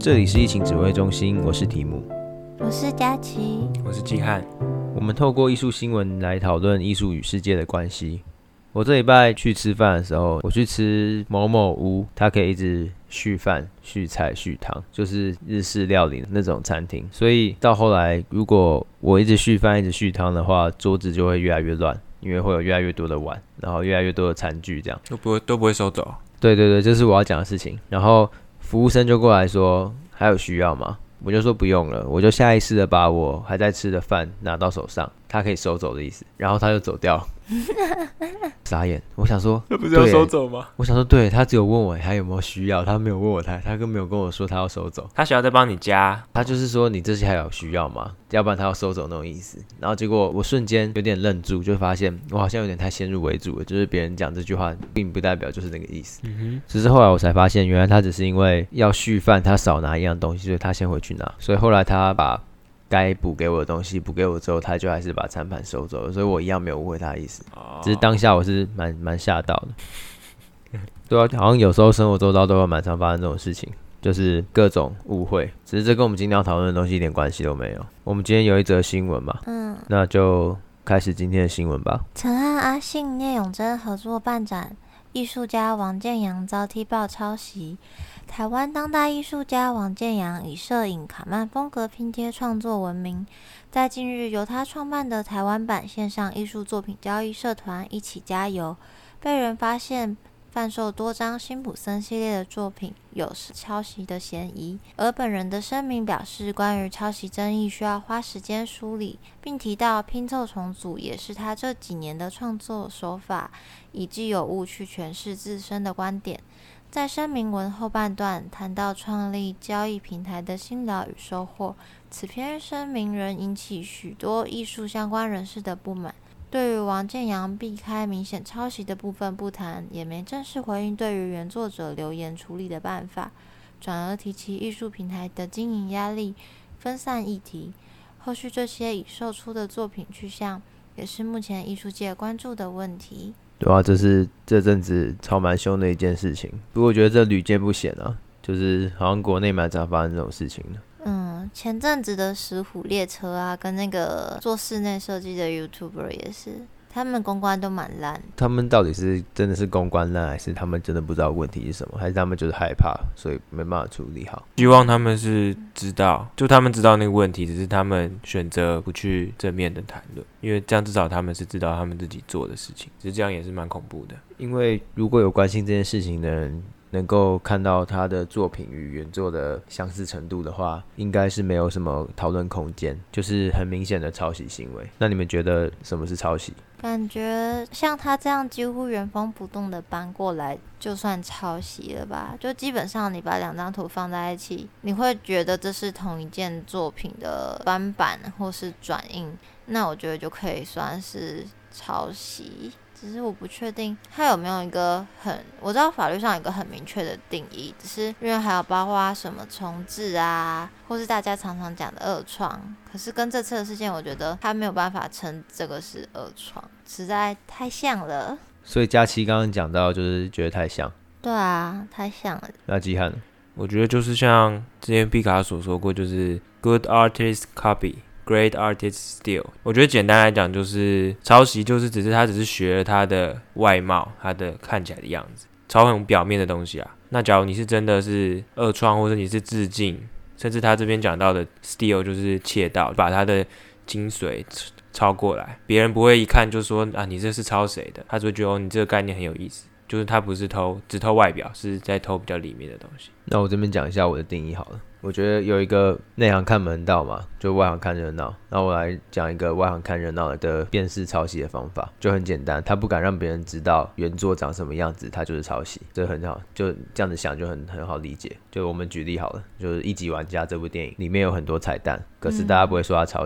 这里是疫情指挥中心，我是提姆， 我是佳琪， 我是季汉。 我们透过艺术新闻来讨论艺术与世界的关系。我这礼拜去吃饭的时候，我去吃某某屋，它可以一直续饭、续菜、续汤，就是日式料理的那种餐厅。所以到后来，如果我一直续饭、一直续汤的话，桌子就会越来越乱，因为会有越来越多的碗，然后越来越多的餐具，这样都不会收走。 对对对，这是我要讲的事情。然后服务生就过来说：“还有需要吗？”我就说不用了，我就下意识的把我还在吃的饭拿到手上，他可以收走的意思，然后他就走掉了。傻眼，我想说， 那不是要收走吗？ 我想说，对，他只有问我还有没有需要，他没有问我他更没有跟我说他要收走， 他想要再帮你加， 他就是说你这些还有需要吗？要不然他要收走那种意思。然后结果我瞬间有点愣住，就发现我好像有点太先入为主了，就是别人讲这句话并不代表就是那个意思。只是后来我才发现，原来他只是因为要续饭，他少拿一样东西，所以他先回去拿，所以后来他把该补给我的东西补给我之后，他就还是把餐盘收走了，所以我一样没有误会他的意思。只是当下我是蛮吓到的。对啊，好像有时候生活周遭都会蛮常发生这种事情，就是各种误会。只是这跟我们今天要讨论的东西一点关系都没有。我们今天有一则新闻嘛，那就开始今天的新闻吧。 曾和阿信、聂永真合作办展，艺术家王建阳遭踢爆抄袭。台湾当代艺术家王建阳以摄影卡曼风格拼贴创作闻名，在近日由他创办的台湾版线上艺术作品交易社团一起加油，被人发现贩售多张辛普森系列的作品，有抄袭的嫌疑。而本人的声明表示，关于抄袭争议需要花时间梳理，并提到拼凑重组也是他这几年的创作手法，以既有物去诠释自身的观点。在声明文后半段谈到创立交易平台的辛劳与收获，此篇声明仍引起许多艺术相关人士的不满。对于王建阳避开明显抄袭的部分不谈，也没正式回应对于原作者留言处理的办法，转而提起艺术平台的经营压力、分散议题。后续这些已售出的作品去向，也是目前艺术界关注的问题。 对啊，这是这阵子吵蛮凶的一件事情，不过我觉得这屡见不鲜啊，就是好像国内蛮常发生这种事情的。 前阵子的石虎列车啊，跟那个做室内设计的 YouTuber 也是，他们公关都蛮烂。 他们到底是真的是公关烂，还是他们真的不知道问题是什么，还是他们就是害怕，所以没办法处理好？ 希望他们是知道，就他们知道那个问题，只是他们选择不去正面的谈论，因为这样至少他们是知道他们自己做的事情，只是这样也是蛮恐怖的。 因为如果有关心这件事情的人，能够看到他的作品与原作的相似程度的话，应该是没有什么讨论空间，就是很明显的抄袭行为。那你们觉得什么是抄袭？ 感觉像他这样几乎原封不动的搬过来就算抄袭了吧，就基本上你把两张图放在一起，你会觉得这是同一件作品的翻版或是转印，那我觉得就可以算是抄袭。只是我不确定它有没有一个我知道法律上有一个很明确的定义，只是因为还有包括什么重制啊，或是大家常常讲的二创，可是跟这次的事件，我觉得它没有办法称这个是二创，实在太像了。 所以佳琪刚刚讲到，就是觉得太像。 对啊，太像了。 那季汉， 我觉得就是像之前毕卡索说过，就是 good artist copy。Great artist steal， 我觉得简单来讲就是抄袭，就是他只是学了他的外貌，他的看起来的样子，抄很表面的东西啊。那假如你是真的是二创，或者你是致敬，甚至他这边讲到的 steal 就是窃盗，把他的精髓抄过来，别人不会一看就说啊你这是抄谁的，他只会觉得你这个概念很有意思，就是他不是只偷外表，是在偷比较里面的东西。 那我这边讲一下我的定义好了。我觉得有一个内行看门道嘛，就外行看热闹。那我来讲一个外行看热闹的辨识抄袭的方法，就很简单，他不敢让别人知道原作长什么样子，他就是抄袭，这很好，就这样子想就很好理解。就我们举例好了，就是《一级玩家》这部电影里面有很多彩蛋，可是大家不会说他抄袭，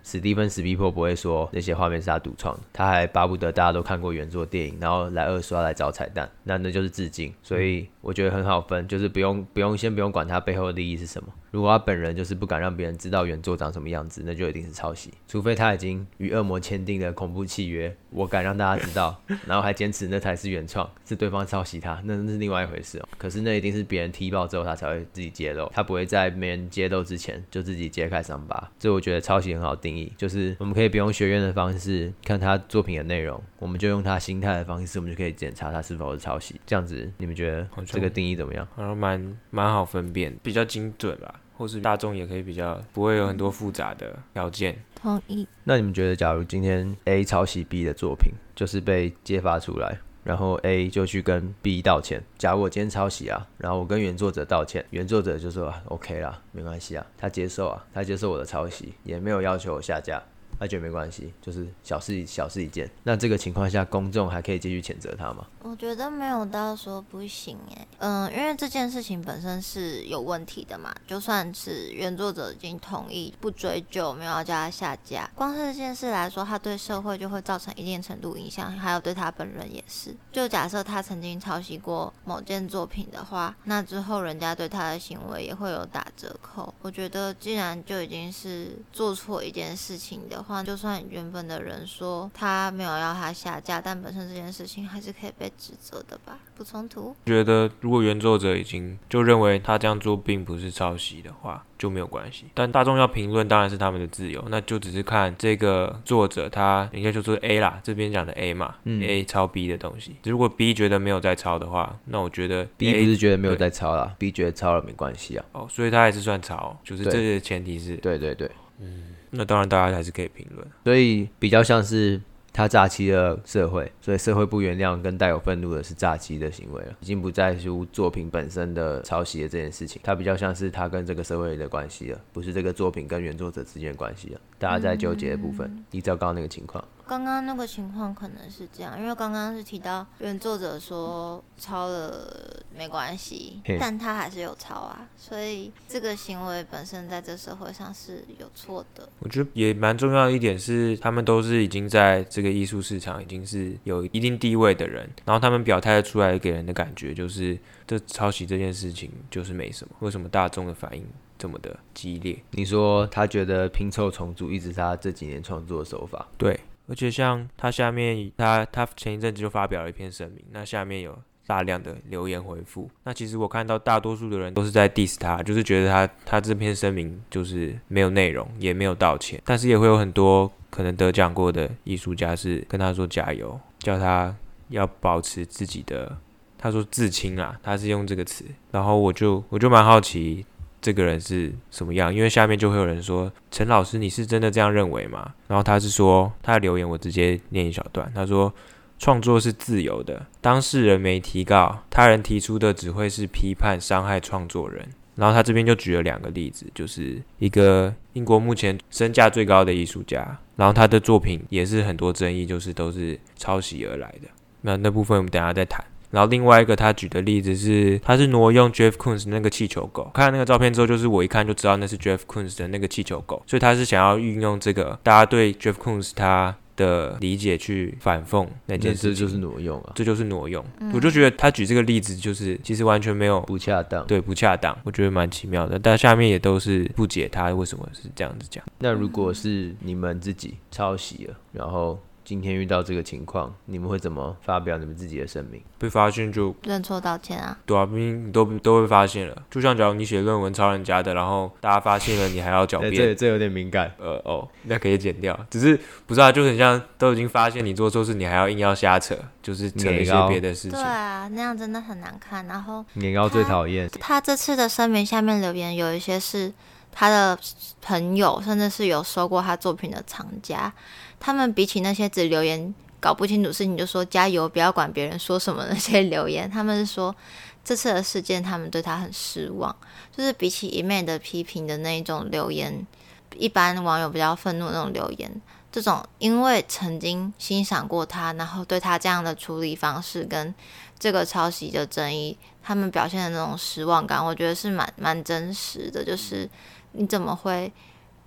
史蒂芬·史皮柏不会说那些画面是他独创的，他还巴不得大家都看过原作电影，然后来二刷来找彩蛋，那就是致敬。所以我觉得很好分，就是不用管他背后的利益是什么。如果他本人就是不敢让别人知道原作长什么样子，那就一定是抄袭。除非他已经与恶魔签订了恐怖契约，我敢让大家知道，然后还坚持那才是原创，是对方抄袭他，那是另外一回事哦。可是那一定是别人踢爆之后他才会自己揭露，他不会在没人揭露之前就自己揭开伤疤。这我觉得抄袭很好定义，就是我们可以不用学院的方式看他作品的内容，我们就用他心态的方式，我们就可以检查他是否是抄袭。这样子你们觉得这个定义怎么样？ 好像蛮好分辨，比较精准吧。或是大众也可以比较不会有很多复杂的条件。 同意。 那你们觉得，假如今天 A 抄袭 B 的作品，就是被揭发出来，然后 A 就去跟 B 道歉。假如我今天抄袭啊，然后我跟原作者道歉，原作者就说OK 啦，没关系啊，他接受我的抄袭，也没有要求我下架。他觉得没关系，就是小事一件。那这个情况下，公众还可以继续谴责他吗？ 我觉得没有到说不行因为这件事情本身是有问题的嘛，就算是原作者已经同意不追究，没有要叫他下架，光是这件事来说，他对社会就会造成一定程度影响，还有对他本人也是。就假设他曾经抄袭过某件作品的话，那之后人家对他的行为也会有打折扣。我觉得既然就已经是做错一件事情的话，就算原本的人说他没有要他下架，但本身这件事情还是可以被指责的吧，不冲突。 觉得如果原作者已经就认为他这样做并不是抄袭的话，就没有关系。但大众要评论当然是他们的自由，那就只是看这个作者他应该就说 A 啦，这边讲的 A 嘛，A 抄 B 的东西。如果 B 觉得没有在抄的话，那我觉得 B 不是觉得没有在抄啦 ，B 觉得抄了没关系啊。 哦，所以他还是算抄，就是这个前提是对， 那当然大家还是可以评论。 所以比较像是他诈欺了社会，所以社会不原谅跟带有愤怒的是诈欺的行为了，已经不再是作品本身的抄袭的这件事情，它比较像是他跟这个社会的关系了，不是这个作品跟原作者之间的关系了。大家在纠结的部分，依照刚刚那个情况。 刚刚那个情况可能是这样，因为刚刚是提到原作者说抄了没关系，但他还是有抄啊，所以这个行为本身在这社会上是有错的。 我觉得也蛮重要的一点是，他们都是已经在这个艺术市场已经是有一定地位的人，然后他们表态出来给人的感觉就是这抄袭这件事情就是没什么，为什么大众的反应这么的激烈？ 你说他觉得拼凑重组一直是他这几年创作的手法， 对。而且像他下面他前一阵子就发表了一篇声明，那下面有大量的留言回复。那其实我看到大多数的人都是在 diss 他，就是觉得他这篇声明就是没有内容，也没有道歉。但是也会有很多可能得奖过的艺术家是跟他说加油，叫他要保持自己的，他说自清啊，他是用这个词。然后我就蛮好奇这个人是什么样，因为下面就会有人说陈老师你是真的这样认为吗？然后他是说他的留言我直接念一小段，他说创作是自由的，当事人没提告，他人提出的只会是批判伤害创作人。然后他这边就举了2个例子，就是一个英国目前身价最高的艺术家，然后他的作品也是很多争议，就是都是抄袭而来的。那部分我们等一下再谈。然后另外一个他举的例子是，他是挪用 Jeff Koons 那个气球狗。看到那个照片之后，就是我一看就知道那是 Jeff Koons 的那个气球狗，所以他是想要运用这个大家对 Jeff Koons 他的理解去反讽那件事情。 这就是挪用啊， 这就是挪用。我就觉得他举这个例子就是其实完全没有不恰当， 对，不恰当，我觉得蛮奇妙的。但下面也都是不解他为什么是这样子讲。 那如果是你们自己抄袭了，然后今天遇到这个情况，你们会怎么发表你们自己的声明？ 被发现就认错道歉啊。 对啊，你都被发现了。就像假如你写论文抄人家的，然后大家发现了，你还要狡辩， 这有点敏感。 那可以剪掉。只是不知道，就很像都已经发现你做错事，你还要硬要瞎扯，就是扯一些别的事情。 对啊，那样真的很难看。然后年糕最讨厌。 他这次的声明下面留言有一些是他的朋友，甚至是有收过他作品的藏家，他们比起那些只留言搞不清楚事情就说加油不要管别人说什么那些留言，他们是说这次的事件他们对他很失望，就是比起一昧的批评的那一种留言，一般网友比较愤怒的那种留言，这种因为曾经欣赏过他，然后对他这样的处理方式跟这个抄袭的争议，他们表现的那种失望感，我觉得是蛮真实的，就是你怎么会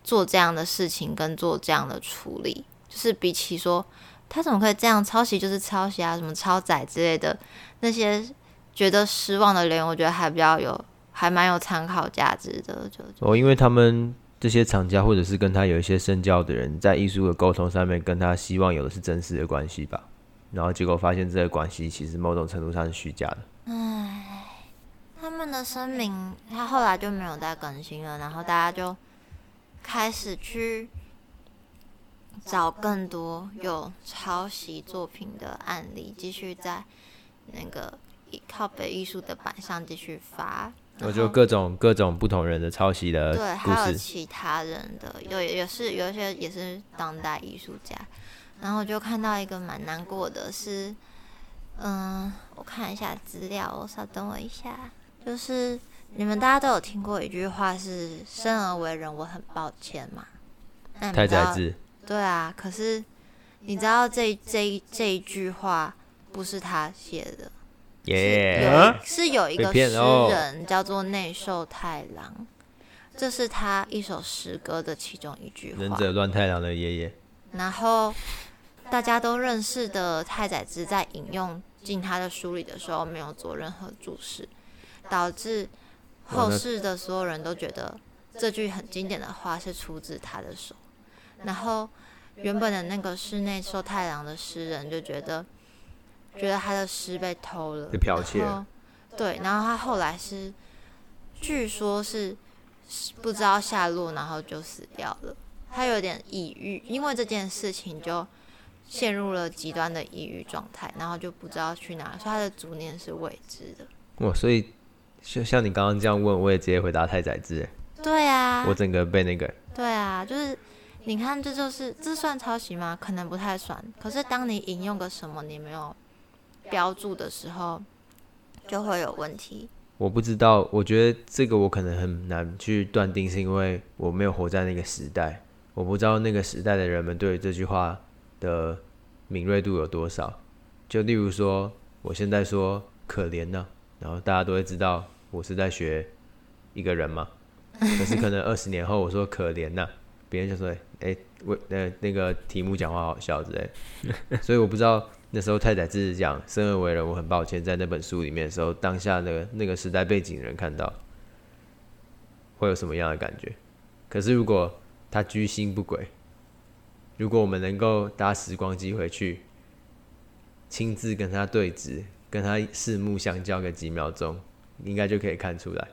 做这样的事情跟做这样的处理，就是比起说他怎么可以这样抄袭就是抄袭啊，什么超载之类的那些觉得失望的留言，我觉得还蛮有参考价值的。 因为他们这些厂家或者是跟他有一些深交的人，在艺术的沟通上面跟他希望有的是真实的关系吧，然后结果发现这个关系其实某种程度上是虚假的。 他们的声明他后来就没有再更新了，然后大家就开始去找更多有抄袭作品的案例，继续在那个靠北艺术的版上继续发。 我就各种不同人的抄袭的故事， 对，还有其他人的，有一些也是当代艺术家。然后我就看到一个蛮难过的是，我看一下资料，稍等我一下。就是你们大家都有听过一句话是"生而为人，我很抱歉"嘛？ 太宰治。 对啊，可是你知道这一句话不是他写的。是有一个诗人叫做内寿太郎，这是他一首诗歌的其中一句话。 忍者乱太郎的爷爷。 然后大家都认识的太宰治在引用进他的书里的时候，没有做任何注释，导致后世的所有人都觉得这句很经典的话是出自他的手。然后原本的那个是内寿太郎的诗人就觉得他的诗被偷了， 被剽窃了。 对，然后他后来据说是不知道下落，然后就死掉了。他有点抑郁，因为这件事情就陷入了极端的抑郁状态，然后就不知道去哪，所以他的逐年是未知的。 所以像你刚刚这样问，我也直接回答太宰治。 对啊， 我整个被那个。 对啊，就是你看，这算抄袭吗？可能不太算。可是当你引用个什么你没有标注的时候，就会有问题。 我不知道，我觉得这个我可能很难去断定，是因为我没有活在那个时代，我不知道那个时代的人们对这句话的敏锐度有多少。就例如说，我现在说可怜呢，然后大家都会知道我是在学一个人嘛。可是可能20年后我说可怜呢，别人就说那个题目讲话好笑之类的。所以我不知道那时候太宰治讲生而为人我很抱歉，在那本书里面的时候，当下那个时代背景的人看到会有什么样的感觉。可是如果他居心不轨，如果我们能够搭时光机回去，亲自跟他对峙，跟他四目相交个几秒钟，应该就可以看出来。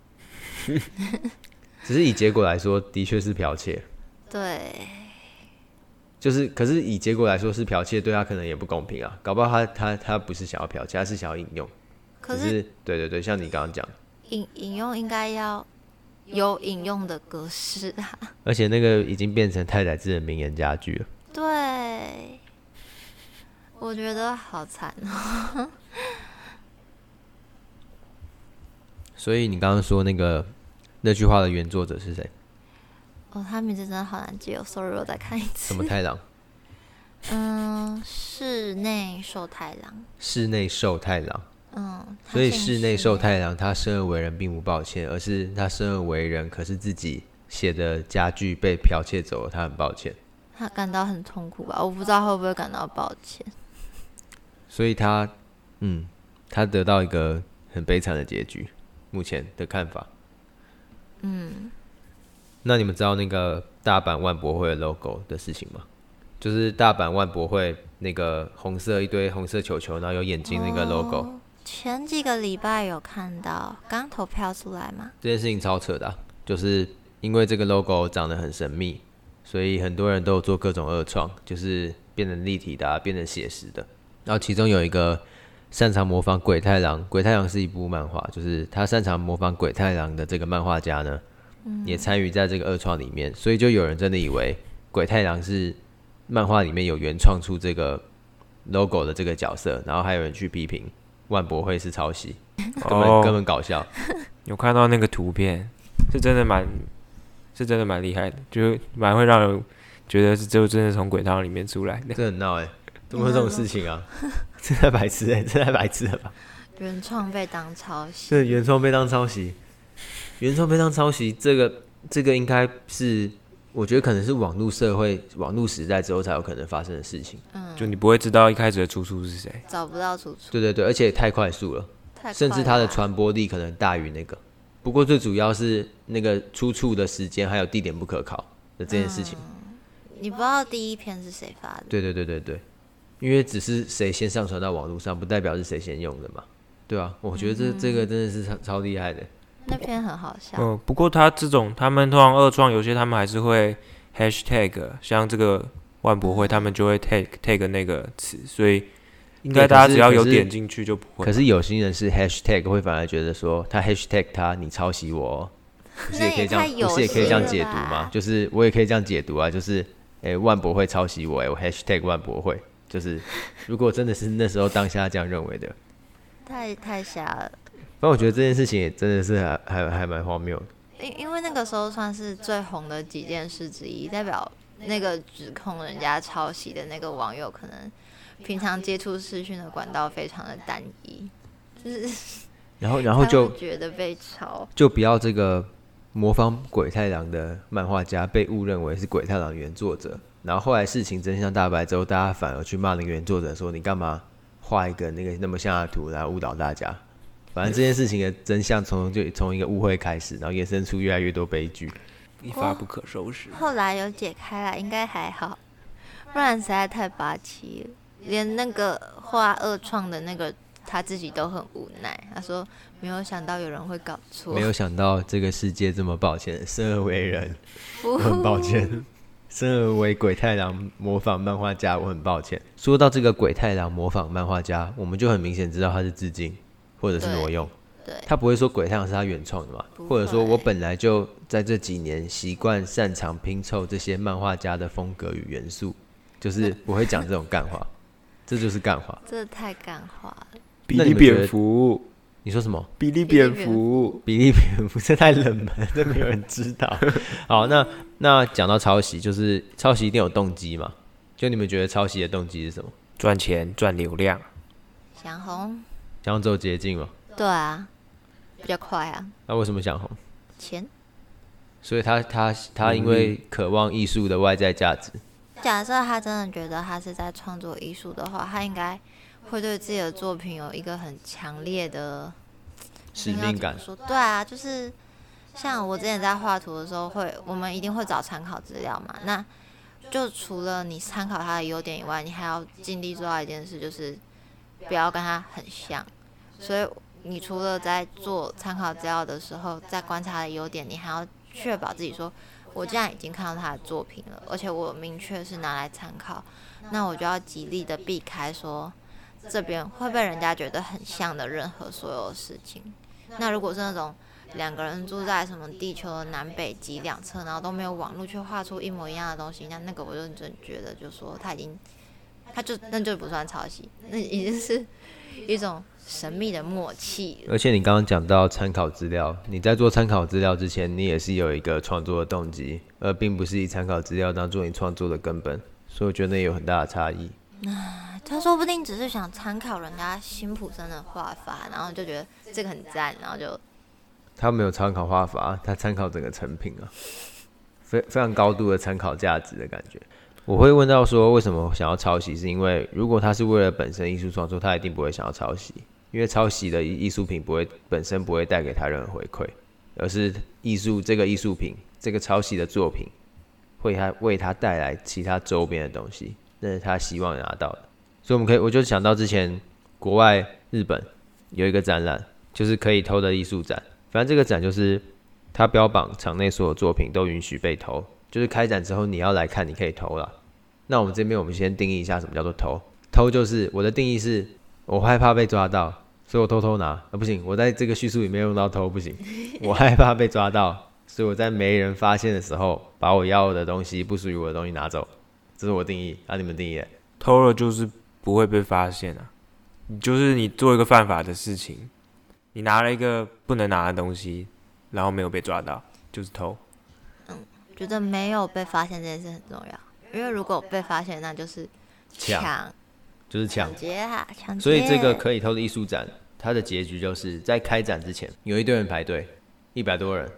只是以结果来说，的确是剽窃。对，可是以结果来说是剽窃，对他可能也不公平啊。搞不好他不是想要剽窃，他是想要引用。可是对，像你刚刚讲， 引用应该要有引用的格式啊。 而且那个已经变成太宰治的名言佳句了。 对，我觉得好惨哦。 所以你刚刚说那句话的原作者是谁？ 他名字真的好难记哦 ，sorry， 我再看一次。 什么太郎？ 室内寿太郎。 室内寿太郎。所以室内寿太郎他生而为人并不抱歉，而是他生而为人，可是自己写的家具被剽窃走了，他很抱歉。 他感到很痛苦吧？我不知道会不会感到抱歉。 所以他得到一个很悲惨的结局，目前的看法。那你们知道那个大阪万博会的 logo 的事情吗？就是大阪万博会那个一堆红色球球，然后有眼睛那个 logo。 前几个礼拜有看到，刚投票出来吗？ 这件事情超扯的就是因为这个 logo 长得很神秘，所以很多人都有做各种恶创，就是变成立体的变成写实的。然后其中有一个擅长模仿鬼太郎，鬼太郎是一部漫画，就是他擅长模仿鬼太郎的这个漫画家呢，也参与在这个二创里面，所以就有人真的以为鬼太郎是漫画里面有原创出这个 logo 的这个角色，然后还有人去批评万博会是抄袭，根本搞笑。 有看到那个图片，是真的蛮厉害的，就蛮会让人觉得是就真的从鬼太郎里面出来的。 这很闹怎么会这种事情啊？这太白痴这太白痴了吧？ 原创被当抄袭。 对，原创被当抄袭，这个应该是我觉得可能是网络社会、网络时代之后才有可能发生的事情。 就你不会知道一开始的出处是谁， 找不到出处。 对对对，而且太快速了，甚至它的传播力可能大于那个。不过最主要是那个出处的时间还有地点不可考的这件事情。 你不知道第一篇是谁发的。 对对对对对，因为只是谁先上传到网络上，不代表是谁先用的嘛。对啊，我觉得这个真的是超厉害的。 那篇很好笑。 不过他们通常二创有些他们还是会 hashtag， 像这个万博会他们就会 tag 那个词，所以应该大家只要有点进去就不会。 可是有些人是 hashtag 会反而觉得说他 hashtag 他你抄袭我哦，不是也可以这样解读吗？就是我也可以这样解读啊，就是万博会抄袭我我 hashtag 万博会，就是如果真的是那时候当下这样认为的， 太瞎了。 反正我觉得这件事情也真的是还蛮荒谬的。 因为那个时候算是最红的几件事之一，代表那个指控人家抄袭的那个网友可能平常接触视讯的管道非常的单一，就是然后就觉得被抄， 就不要这个模仿鬼太郎的漫画家被误认为是鬼太郎原作者，然后后来事情真相大白之后，大家反而去骂那个原作者说你干嘛画一个那么像的图来误导大家。反正这件事情的真相从一个误会开始，然后衍生出越来越多悲剧， 一发不可收拾。 后来有解开了，应该还好，不然实在太八七了。连那个画二创的那个他自己都很无奈，他说没有想到有人会搞错， 没有想到这个世界这么抱歉，生而为人，我很抱歉。生而为鬼太郎模仿漫画家，我很抱歉。说到这个鬼太郎模仿漫画家，我们就很明显知道他是致敬或者是挪用。 对， 他不会说鬼太郎是他原创的嘛？或者说我本来就在这几年习惯擅长拼凑这些漫画家的风格与元素，就是不会讲这种干话。这就是干话， 这太干话了。 比利蝙蝠， 你说什么？ 比利蝙蝠， 比利蝙蝠，这太冷门，这没有人知道。好，那讲到抄袭，就是抄袭一定有动机嘛？就你们觉得抄袭的动机是什么？ 赚钱、赚流量， 想红， 想走捷径嘛？ 对啊，比较快啊。 那为什么想红？ 钱。 所以他因为渴望艺术的外在价值。 假设他真的觉得他是在创作艺术的话，他应该会对自己的作品有一个很强烈的使命感。 对啊，就是像我之前在画图的时候我们一定会找参考资料嘛。那就除了你参考他的优点以外，你还要尽力做到一件事，就是不要跟他很像。所以你除了在做参考资料的时候，在观察他的优点，你还要确保自己说，我既然已经看到他的作品了，而且我明确是拿来参考，那我就要极力的避开说这边会被人家觉得很像的任何所有的事情。那如果是那种两个人住在什么地球的南北极两侧，然后都没有网络，却画出一模一样的东西，那个我就真觉得就说那就不算抄袭，那已经是一种神秘的默契了。 而且你刚刚讲到参考资料，你在做参考资料之前，你也是有一个创作的动机，而并不是以参考资料当做你创作的根本，所以我觉得那也有很大的差异。 他说不定只是想参考人家辛普森的画法，然后就觉得这个很赞，然后就他没有参考画法，他参考整个成品啊，非常高度的参考价值的感觉。我会问到说为什么想要抄袭，是因为如果他是为了本身艺术创作，他一定不会想要抄袭，因为抄袭的艺术品本身不会带给他任何回馈，而是这个艺术品这个抄袭的作品会为他带来其他周边的东西，那是他希望拿到的。所以我就想到之前国外日本有一个展览，就是可以偷的艺术展。反正这个展就是他标榜场内所有作品都允许被偷，就是开展之后你要来看你可以偷啦。那我们先定义一下什么叫做偷。偷就是我的定义是我害怕被抓到，所以我偷拿不行，我在这个叙述里面用到偷不行，我害怕被抓到，所以我在没人发现的时候把我要的东西不属于我的东西拿走，这是我定义。你们定义偷了就是不会被发现啊，就是你做一个犯法的事情，你拿了一个不能拿的东西，然后没有被抓到，就是偷。 觉得没有被发现这件事很重要，因为如果被发现，那就是抢， 就是抢劫啊，抢劫。 所以这个可以偷的艺术展，它的结局就是在开展之前有一堆人排队，100多人，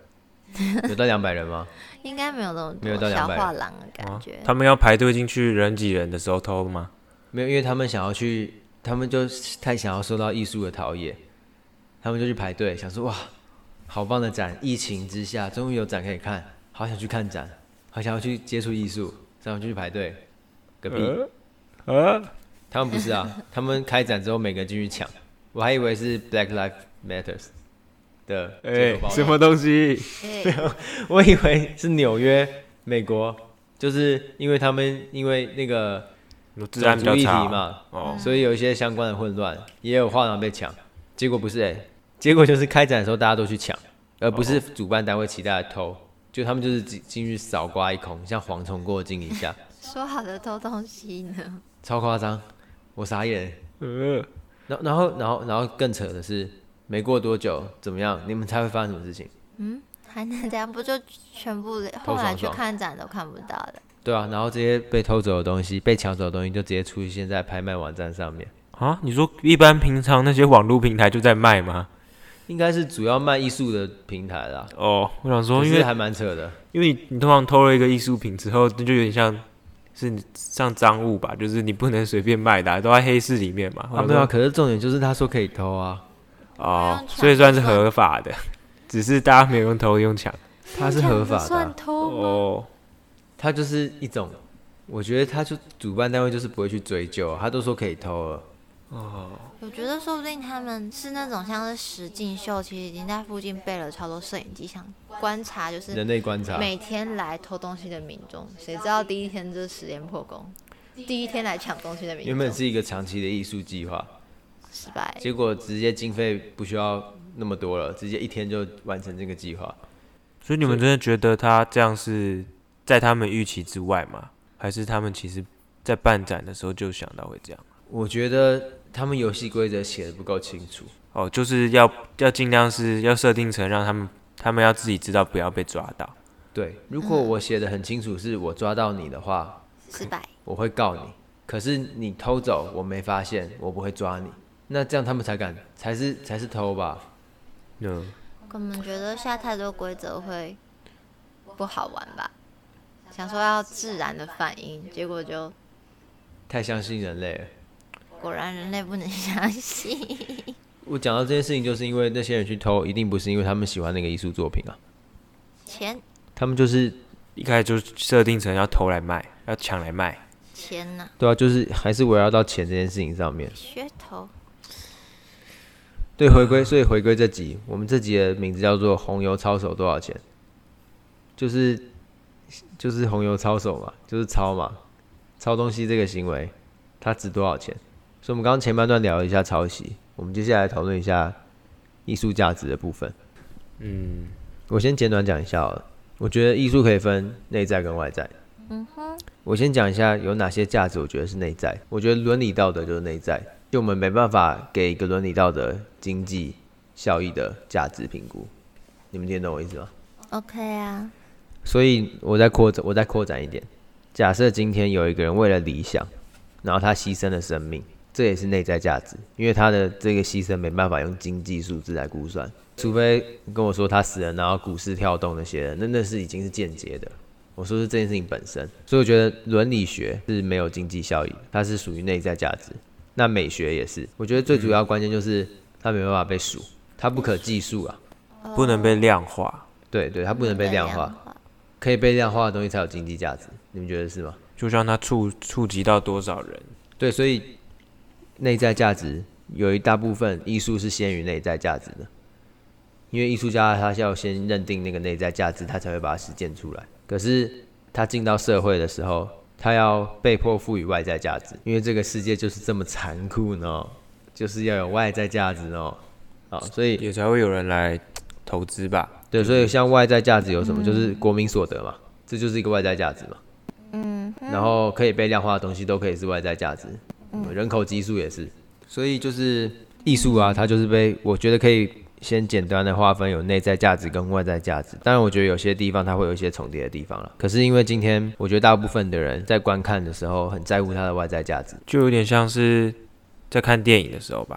有到200人吗？ 应该没有那么没有到多小 200 画廊的感觉。 他们要排队进去人挤人的时候偷吗？ 没有，因为他们想要去，他们就太想要受到艺术的陶冶，他们就去排队，想说哇，好棒的展！疫情之下，终于有展可以看，好想去看展，好想要去接触艺术，然后就去排队。隔壁，他们不是啊，他们开展之后每个人进去抢，我还以为是 Black Lives Matters 的街头报道， 什么东西？ 我以为是纽约，美国，就是因为他们因为那个治安比较差嘛，所以有一些相关的混乱，也有画廊被抢。结果不是结果就是开展的时候大家都去抢，而不是主办单位期待的偷，就他们就是进去扫刮一空，像蝗虫过境一下。 说好的偷东西呢？ 超夸张，我傻眼。然后更扯的是，没过多久怎么样？你们猜会发生什么事情？ 还能这样？不就全部后来去看展都看不到的？ 对啊，然后这些被偷走的东西、被抢走的东西，就直接出现在拍卖网站上面。 啊？你说一般平常那些网络平台就在卖吗？ 应该是主要卖艺术的平台啦。 哦，我想说，因为还蛮扯的， 因为你通常偷了一个艺术品之后，那就有点像赃物吧，就是你不能随便卖的，都在黑市里面嘛。 对啊，可是重点就是他说可以偷啊。 所以算是合法的，只是大家没有用偷用抢， 他是合法的算偷吗？ 他就是一种，我觉得他就主办单位就是不会去追究，他都说可以偷了。 我觉得说不定他们是那种像是实境秀，其实已经在附近备了超多摄影机，想观察就是人类观察每天来偷东西的民众，谁知道第一天就实验破功，第一天来抢东西的民众原本是一个长期的艺术计划， 失败， 结果直接经费不需要那么多了，直接1天就完成这个计划。 所以你们真的觉得他这样是在他们预期之外吗？还是他们其实在办展的时候就想到会这样？ 我觉得他们游戏规则写的不够清楚。 就是要尽量是要设定成让他们要自己知道，不要被抓到。 对，如果我写的很清楚，是我抓到你的话， 失败， 我会告你。可是你偷走，我没发现，我不会抓你。那这样他们才是偷吧？ 我可能觉得下太多规则会不好玩吧，想说要自然的反应，结果就太相信人类了。 果然人类不能相信。 我讲到这件事情，就是因为那些人去偷，一定不是因为他们喜欢那个艺术作品啊。 钱， 他们就是一开始就设定成要偷来卖，要抢来卖。 钱呐， 对啊，就是还是围绕到钱这件事情上面。 噱头。 对，所以回归这集，我们这集的名字叫做“红油抄手多少钱”，就是红油抄手嘛，就是抄嘛，抄东西这个行为，它值多少钱？所以我们刚刚前半段聊了一下抄袭，我们接下来讨论一下艺术价值的部分。我先简短讲一下好了。我觉得艺术可以分内在跟外在。我先讲一下有哪些价值，我觉得是内在。我觉得伦理道德就是内在，就我们没办法给一个伦理道德、经济效益的价值评估。你们听懂我意思吗 ？OK 啊。 所以我再扩展一点，假设今天有一个人为了理想，然后他牺牲了生命，这也是内在价值，因为他的这个牺牲没办法用经济数字来估算，除非跟我说他死了，然后股市跳动那些，那是已经是间接的。我说是这件事情本身，所以我觉得伦理学是没有经济效益的，它是属于内在价值。那美学也是，我觉得最主要关键就是它没办法被数，它不可计数啊， 不能被量化。 对，它不能被量化，可以被量化的东西才有经济价值，你们觉得是吗？ 就像它触及到多少人。 对，所以内在价值有一大部分艺术是先于内在价值的，因为艺术家他要先认定那个内在价值，他才会把它实践出来。可是他进到社会的时候，他要被迫赋予外在价值，因为这个世界就是这么残酷呢，就是要有外在价值呢。所以也才会有人来投资吧。 对，所以像外在价值有什么？就是国民所得嘛，这就是一个外在价值嘛。然后可以被量化的东西都可以是外在价值，人口基数也是。所以就是艺术啊，它就是我觉得可以先简单的划分有内在价值跟外在价值。当然我觉得有些地方它会有一些重叠的地方啦，可是因为今天我觉得大部分的人在观看的时候很在乎它的外在价值， 就有点像是在看电影的时候吧，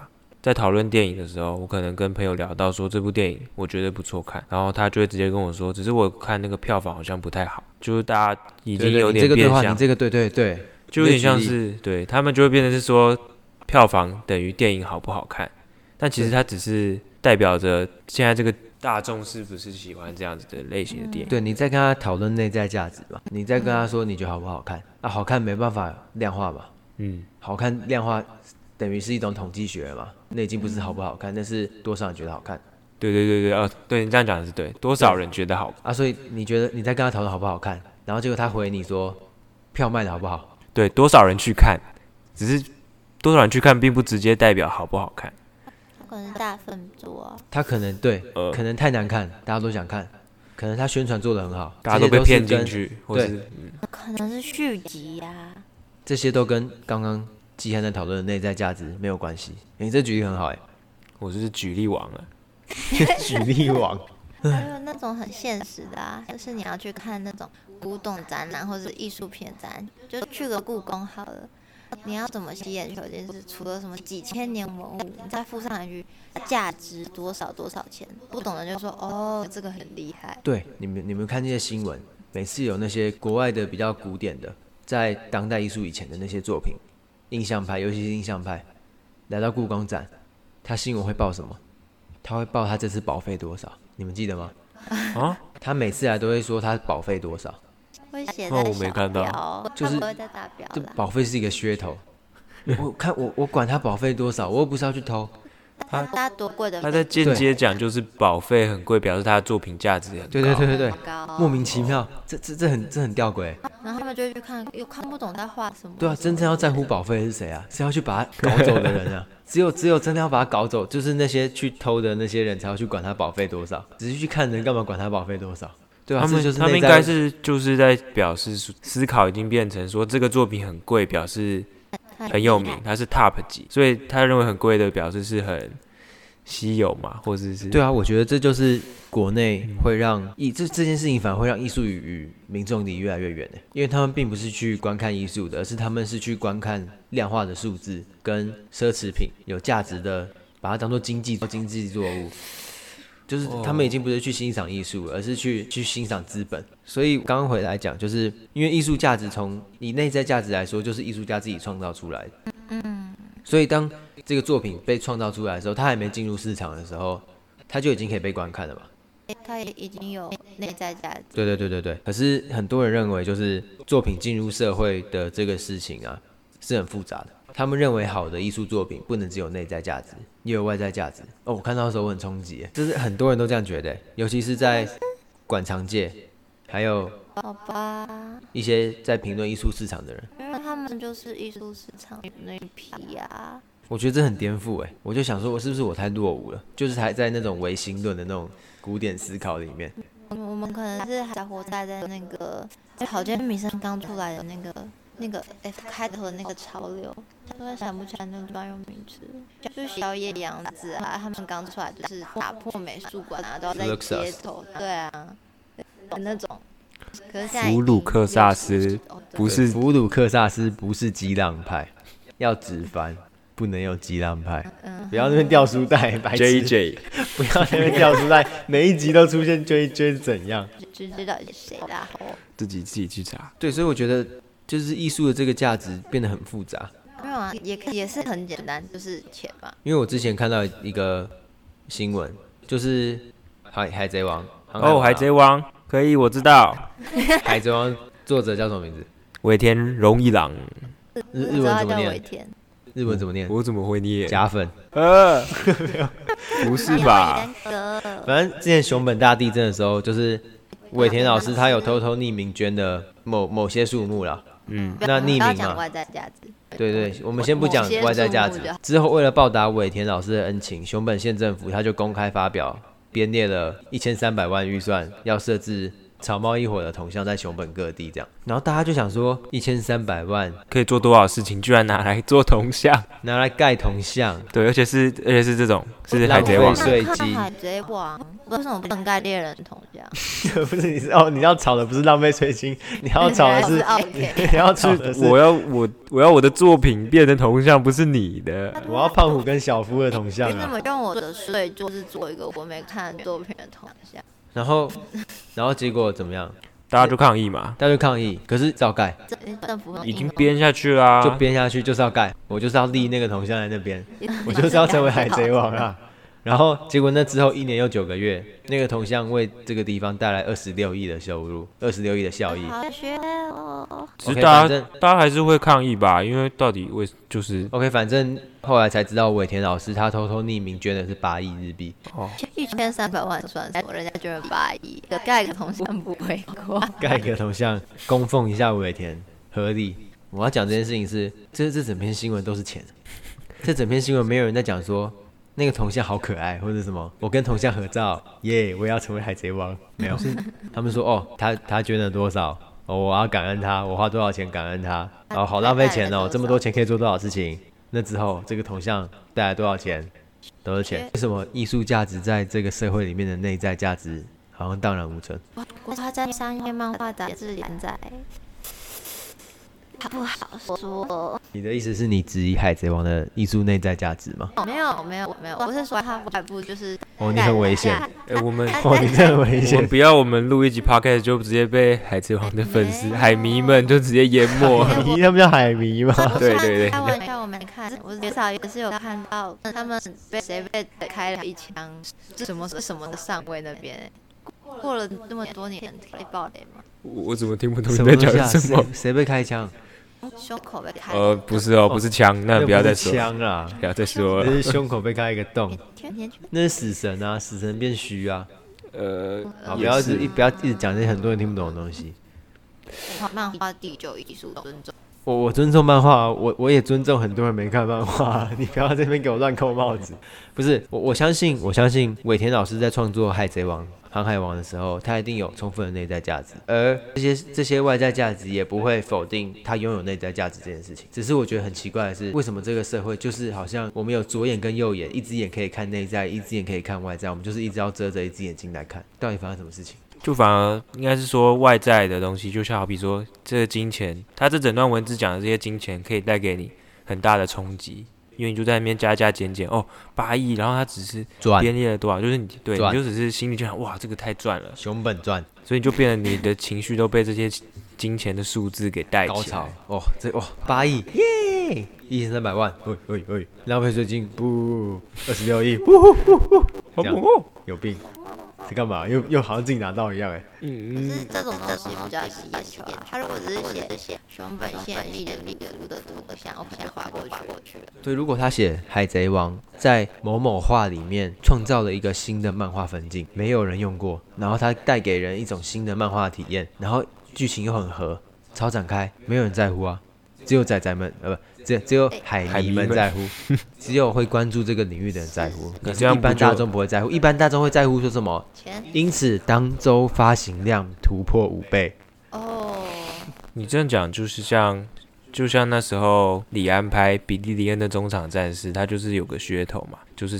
在讨论电影的时候，我可能跟朋友聊到说这部电影我觉得不错看，然后他就会直接跟我说，只是我看那个票房好像不太好，就是大家已经有点变相， 你这个对， 就有点像是对他们就会变成是说票房等于电影好不好看，但其实它只是代表着现在这个大众是不是喜欢这样子的类型的电影。 对，你在跟他讨论内在价值嘛，你在跟他说你觉得好不好看啊？好看没办法量化嘛，好看量化等于是一种统计学嘛，那已经不是好不好看，那是多少人觉得好看。 对，对你这样讲的是对，多少人觉得好啊？所以你觉得你在跟他讨论好不好看，然后结果他回你说票卖的好不好？ 对，多少人去看，只是多少人去看并不直接代表好不好看。 可能是大份做啊， 他可能对，可能太难看，大家都想看，可能他宣传做得很好， 大家都被骗进去，或是可能是续集啊， 这些都跟刚刚季汉在讨论的内在价值没有关系。你这举例很好我是举例王啊， 举例王。 还有那种很现实的啊，就是你要去看那种古董展览或者是艺术品展，就去个故宫好了。你要怎么吸眼球？就是除了什么几千年文物，你再附上一句价值多少多少钱，不懂的就说哦，这个很厉害。 对，你们看那些新闻，每次有那些国外的比较古典的，在当代艺术以前的那些作品，印象派，尤其是印象派，来到故宫展，他新闻会报什么？他会报他这次保费多少，你们记得吗？ 啊？ 他每次来都会说他保费多少。 会写在我没看到， 就是不会在大标啦。 保费是一个噱头。我管他保费多少，我又不是要去偷。 他多贵的？ 他在间接讲就是保费很贵，表示他的作品价值很高。 对，莫名其妙，这很吊诡。 然后他们就会去看，又看不懂在画什么。 对啊，真正要在乎保费的是谁啊？是要去把他搞走的人啊。只有真的要把他搞走，就是那些去偷的那些人才要去管他保费多少。只是去看人，干嘛管他保费多少？对啊， 他们应该是就是在表示思考已经变成说这个作品很贵，表示很有名，它是 top 级，所以他认为很贵的表示是很稀有嘛，或者是对啊，我觉得这就是国内会让这件事情反而会让艺术与民众离越来越远的，因为他们并不是去观看艺术的，而是他们是去观看量化的数字跟奢侈品有价值的，把它当作经济作物。就是他们已经不是去欣赏艺术，而是去欣赏资本。所以刚刚回来讲，就是因为艺术价值以内在价值来说，就是艺术家自己创造出来的。所以当这个作品被创造出来的时候，它还没进入市场的时候，它就已经可以被观看了嘛。 它也已经有内在价值。 对。可是很多人认为，就是作品进入社会的这个事情啊，是很复杂的。他们认为好的艺术作品不能只有内在价值，也有外在价值。我看到的时候我很冲击，就是很多人都这样觉得，尤其是在馆藏界，还有一些在评论艺术市场的人， 因为他们就是艺术市场那一批啊。 我觉得这很颠覆我就想说，我是不是我太落伍了？就是还在那种唯心论的那种古典思考里面。 我们可能是还活在那个草间弥生刚出来的那个 F 开头的那个潮流，突然想不起来那个专用名词，就是小野洋子啊，他们刚出来就是打破美术馆啊，都要在街头，对啊，那种。可是现在弗鲁克萨斯不是弗鲁克萨斯不是激浪派，要直翻，不能有激浪派，不要那边掉书袋，白痴 JJ， 不要那边掉书袋，每一集都出现 JJ 是怎样？ 知道是谁啦？ 自己去查。 对，所以我觉得。就是艺术的这个价值变得很复杂。 没有啊，也是很简单，就是钱嘛。 因为我之前看到一个新闻，就是海贼王。 海贼王可以，我知道。 海贼王作者叫什么名字？ 尾田荣一郎。 日文怎么念？日文怎么念？ 我怎么会念？ 假粉。 不是吧？ 反正之前熊本大地震的时候，就是尾田老师他有偷偷匿名捐的某些数目啦。那匿名嘛， 讲外在价值。 对，我们先不讲外在价值。之后为了报答尾田老师的恩情，熊本县政府他就公开发表编列了1300万预算，要设置草帽一伙的铜像在熊本各地这样。然后大家就想说，1300万可以做多少事情，居然拿来做铜像， 拿来盖铜像。 对，而且是这种是海贼王税金。 海贼王为什么不能盖猎人铜像？ 不是你要吵的不是浪费吹金，你要吵的是你要吵的是我要我的作品变成铜像，不是你的。 我要胖虎跟小夫的铜像你怎么用我的水就是做一个我没看作品的铜像？然后结果怎么样？ 大家就抗议嘛， 大家就抗议，可是照盖， 政府已经编下去啦、 就编下去就是要盖，我就是要立那个铜像在那边，我就是要成为海贼王啊。然后结果那之后1年又9个月，那个铜像为这个地方带来26亿的收入，26亿的效益。 好学哦。 只是大家还是会抗议吧，因为到底就是 OK， 反正后来才知道尾田老师他偷偷匿名捐的是8亿日币。 1300万算什么？人家捐了8亿，盖个铜像不为过。 盖个铜像供奉一下尾田，合理。我要讲这件事情是，这整篇新闻都是钱，这整篇新闻没有人在讲说。那个铜像好可爱，或者什么，我跟铜像合照，耶、我也要成为海贼王。没有，他们说哦，他捐了多少，哦，我要感恩他，我花多少钱感恩他，哦，好浪费钱哦，这么多钱可以做多少事情。那之后，这个铜像带来多少钱，都是钱。为什么艺术价值在这个社会里面的内在价值好像荡然无存？ 他在商业漫画杂志连载。不好说。 你的意思是你质疑海贼王的艺术内在价值吗？ 没有，我是说他外部就是你很危险。 我们你真的很危险。 我们不要我们录一集 podcast 就直接被海贼王的粉丝海迷们就直接淹没。 他们叫海迷吗？ 对。 开玩笑，我没看，我至少也是有看到他们谁被开了一枪，什么的上尉那边。过了那么多年，可以爆雷吗？ 我怎么听不懂你在讲什么？ 谁被开枪？ 胸口被开。 不是哦，不是枪，那不要再说。 枪啦， 不要再说了。 那是胸口被开一个洞。那是死神啊，死神变虚啊。不要一直讲这些很多人听不懂的东西。 漫画第9艺术尊重。 我尊重漫画，我也尊重很多人没看漫画。你不要在这边给我乱扣帽子。不是，我相信尾田老师在创作《海贼王》《航海王》的时候，他一定有充分的内在价值，而这些外在价值也不会否定他拥有内在价值这件事情。只是我觉得很奇怪的是，为什么这个社会就是好像我们有左眼跟右眼，一只眼可以看内在，一只眼可以看外在，我们就是一直要遮着一只眼睛来看，到底发生什么事情？ 就反而应该是说外在的东西，就像好比说这个金钱，他这整段文字讲的这些金钱可以带给你很大的冲击，因为你就在那边加减哦8亿，然后他只是编列了多少，就是你就只是心里就想哇这个太赚了， 熊本赚， 所以就变成你的情绪都被这些金钱的数字给带起来。 高潮哦，8亿耶，1300万，浪费税金不26亿，这样有病。在干嘛？又好像自己拿到一样可是这种东西比较细节，他如果只是写熊本县立人民的图像，我可能划过去了。 对，如果他写海贼王在某某画里面创造了一个新的漫画分镜，没有人用过，然后他带给人一种新的漫画体验，然后剧情又很合，超展开，没有人在乎啊，只有仔仔们只有海迷们在乎，只有会关注这个领域的人在乎，可是一般大众不会在乎。一般大众会在乎说什么？因此当周发行量突破5倍。 哦， 你这样讲就像那时候李安拍比利林恩的中场战士，他就是有个噱头嘛，就是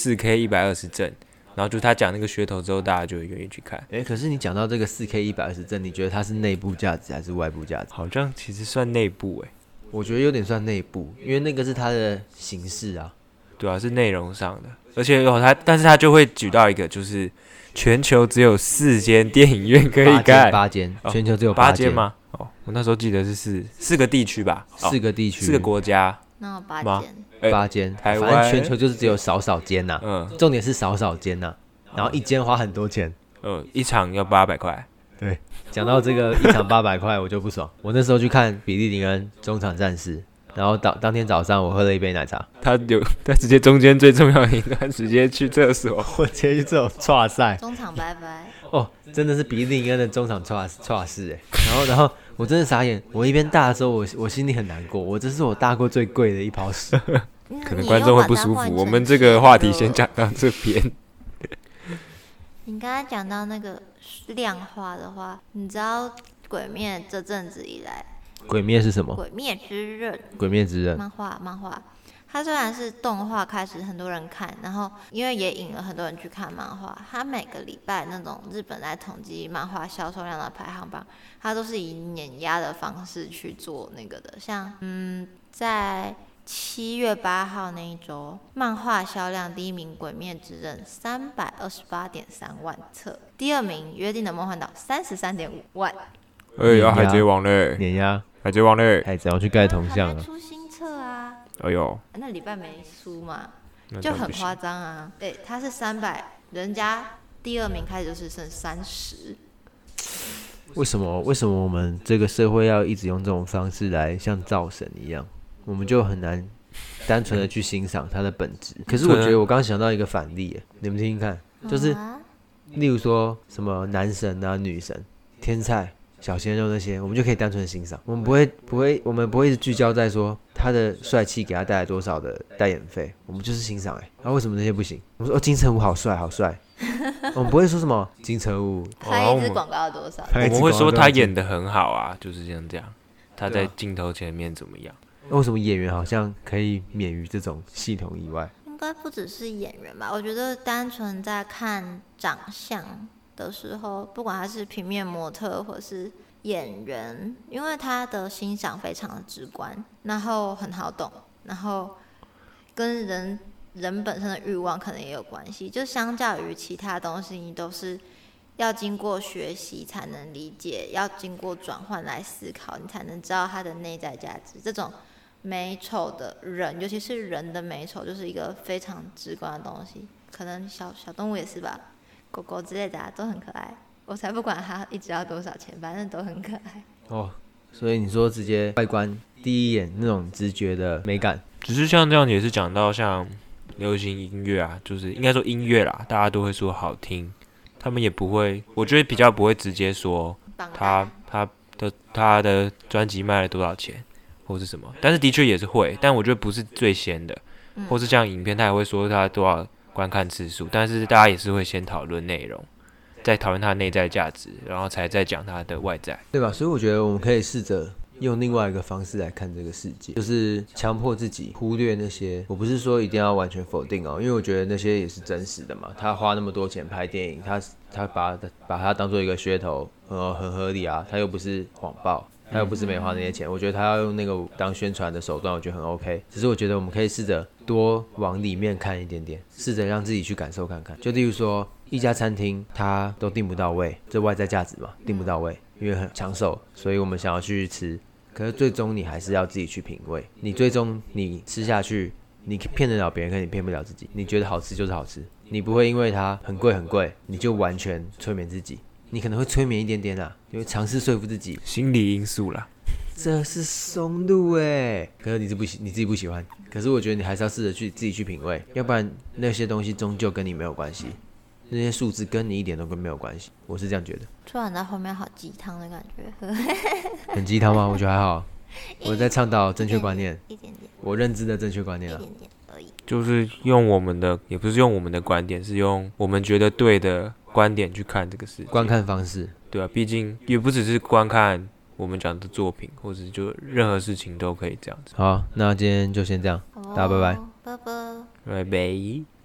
4K 120帧。然后就他讲那个噱头之后，大家就会愿意去看。 可是你讲到这个4K 120帧，你觉得它是内部价值还是外部价值？ 好像其实算内部我觉得有点算内部，因为那个是它的形式啊。 对啊，是内容上的，而且但是他就会举到一个，就是全球只有4间电影院可以盖 ，8间，全球只有 8间吗？我那时候记得是4个地区吧 ，4个地区 ，4个国家， 那有8间 ，8间， 台湾， 反正全球就是只有少间呐，重点是少间呐，然后一间花很多钱， 一场要800块。 对，讲到这个一场800块，我就不爽。我那时候去看比利林恩中场战士，然后当天早上我喝了一杯奶茶， 他直接中间最重要的一段直接去厕所， 我直接去这种挫赛， 中场拜拜。 真的是比利林恩的中场挫事然后我真的傻眼，我一边大的时候我心里很难过，这是我大过最贵的一泡屎。 可能观众会不舒服，我们这个话题先讲到这边。 你刚才讲到那个量化的话，你知道鬼灭这阵子以来， 鬼灭是什么？ 鬼灭之刃。 鬼灭之刃。 漫画， 它虽然是动画开始很多人看，然后因为也引了很多人去看漫画，它每个礼拜那种日本在统计漫画销售量的排行榜，它都是以碾压的方式去做那个的。像在7月8号那一周，漫画销量第一名《鬼灭之刃》328.3万册，第二名《约定的梦幻岛》33.5万。 海贼王嘞， 碾压海贼王嘞， 海贼王去盖铜像还没出新册啊！ 哎呦， 那礼拜没出嘛，就很夸张啊！对，他是300，人家第二名开始就是剩30。 为什么我们这个社会要一直用这种方式来像造神一样？我们就很难单纯的去欣赏它的本质。可是我觉得我刚刚想到一个反例，你们听听看，就是例如说什么男神啊、女神、天菜、小鲜肉那些，我们就可以单纯的欣赏，我们不会一直聚焦在说他的帅气给他带来多少的代言费，我们就是欣赏为什么那些不行？我们说金城武好帅好帅，我们不会说什么金城武拍一支广告要多少？ 我们会说他演得很好啊，就是这样，他在镜头前面怎么样？ 为什么演员好像可以免于这种系统以外？ 应该不只是演员吧？我觉得单纯在看长相的时候，不管他是平面模特或是演员，因为他的欣赏非常的直观，然后很好懂，然后跟人本身的欲望可能也有关系。就相较于其他东西，你都是要经过学习才能理解，要经过转换来思考，你才能知道它的内在价值。这种美丑的人，尤其是人的美丑，就是一个非常直观的东西。可能小动物也是吧，狗狗之类的都很可爱。我才不管它一直要多少钱，反正都很可爱。 所以你说直接外观第一眼那种直觉的美感， 只是像这样也是讲到像流行音乐啊，就是应该说音乐啦，大家都会说好听，他们也不会，我觉得比较不会直接说他的专辑卖了多少钱或是什么，但是的确也是会，但我觉得不是最先的，或是像影片他也会说他多少观看次数，但是大家也是会先讨论内容，再讨论它的内在价值，然后才再讲它的外在， 对吧？所以我觉得我们可以试着用另外一个方式来看这个世界，就是强迫自己忽略那些。我不是说一定要完全否定因为我觉得那些也是真实的嘛。他花那么多钱拍电影，他把它当做一个噱头，很合理啊。他又不是谎报，他又不是没花那些钱。我觉得他要用那个当宣传的手段，我觉得很 OK。只是我觉得我们可以试着多往里面看一点点，试着让自己去感受看看。就例如说，一家餐厅它都订不到位，这外在价值嘛，订不到位，因为很抢手，所以我们想要去吃。可是最终你还是要自己去品味，你最终你吃下去，你骗得了别人，可你骗不了自己。你觉得好吃就是好吃，你不会因为它很贵，你就完全催眠自己。你可能会催眠一点点啦，你会尝试说服自己， 心理因素啦。 这是松露耶，可是你自己不喜欢。可是我觉得你还是要试着自己去品味，要不然那些东西终究跟你没有关系。那些数字跟你一点都没有关系，我是这样觉得。 突然到后面好鸡汤的感觉， 很鸡汤吗？我觉得还好。我在倡导正确观念， 一点点， 我认知的正确观念一点点而已。 就是用我们的，也不是用我们的观点，是用我们觉得对的观点去看这个世界。 观看方式， 对啊，毕竟也不只是观看我们讲的作品，或者就任何事情都可以这样子。 好，那今天就先这样，大家拜拜， 拜拜， 拜拜。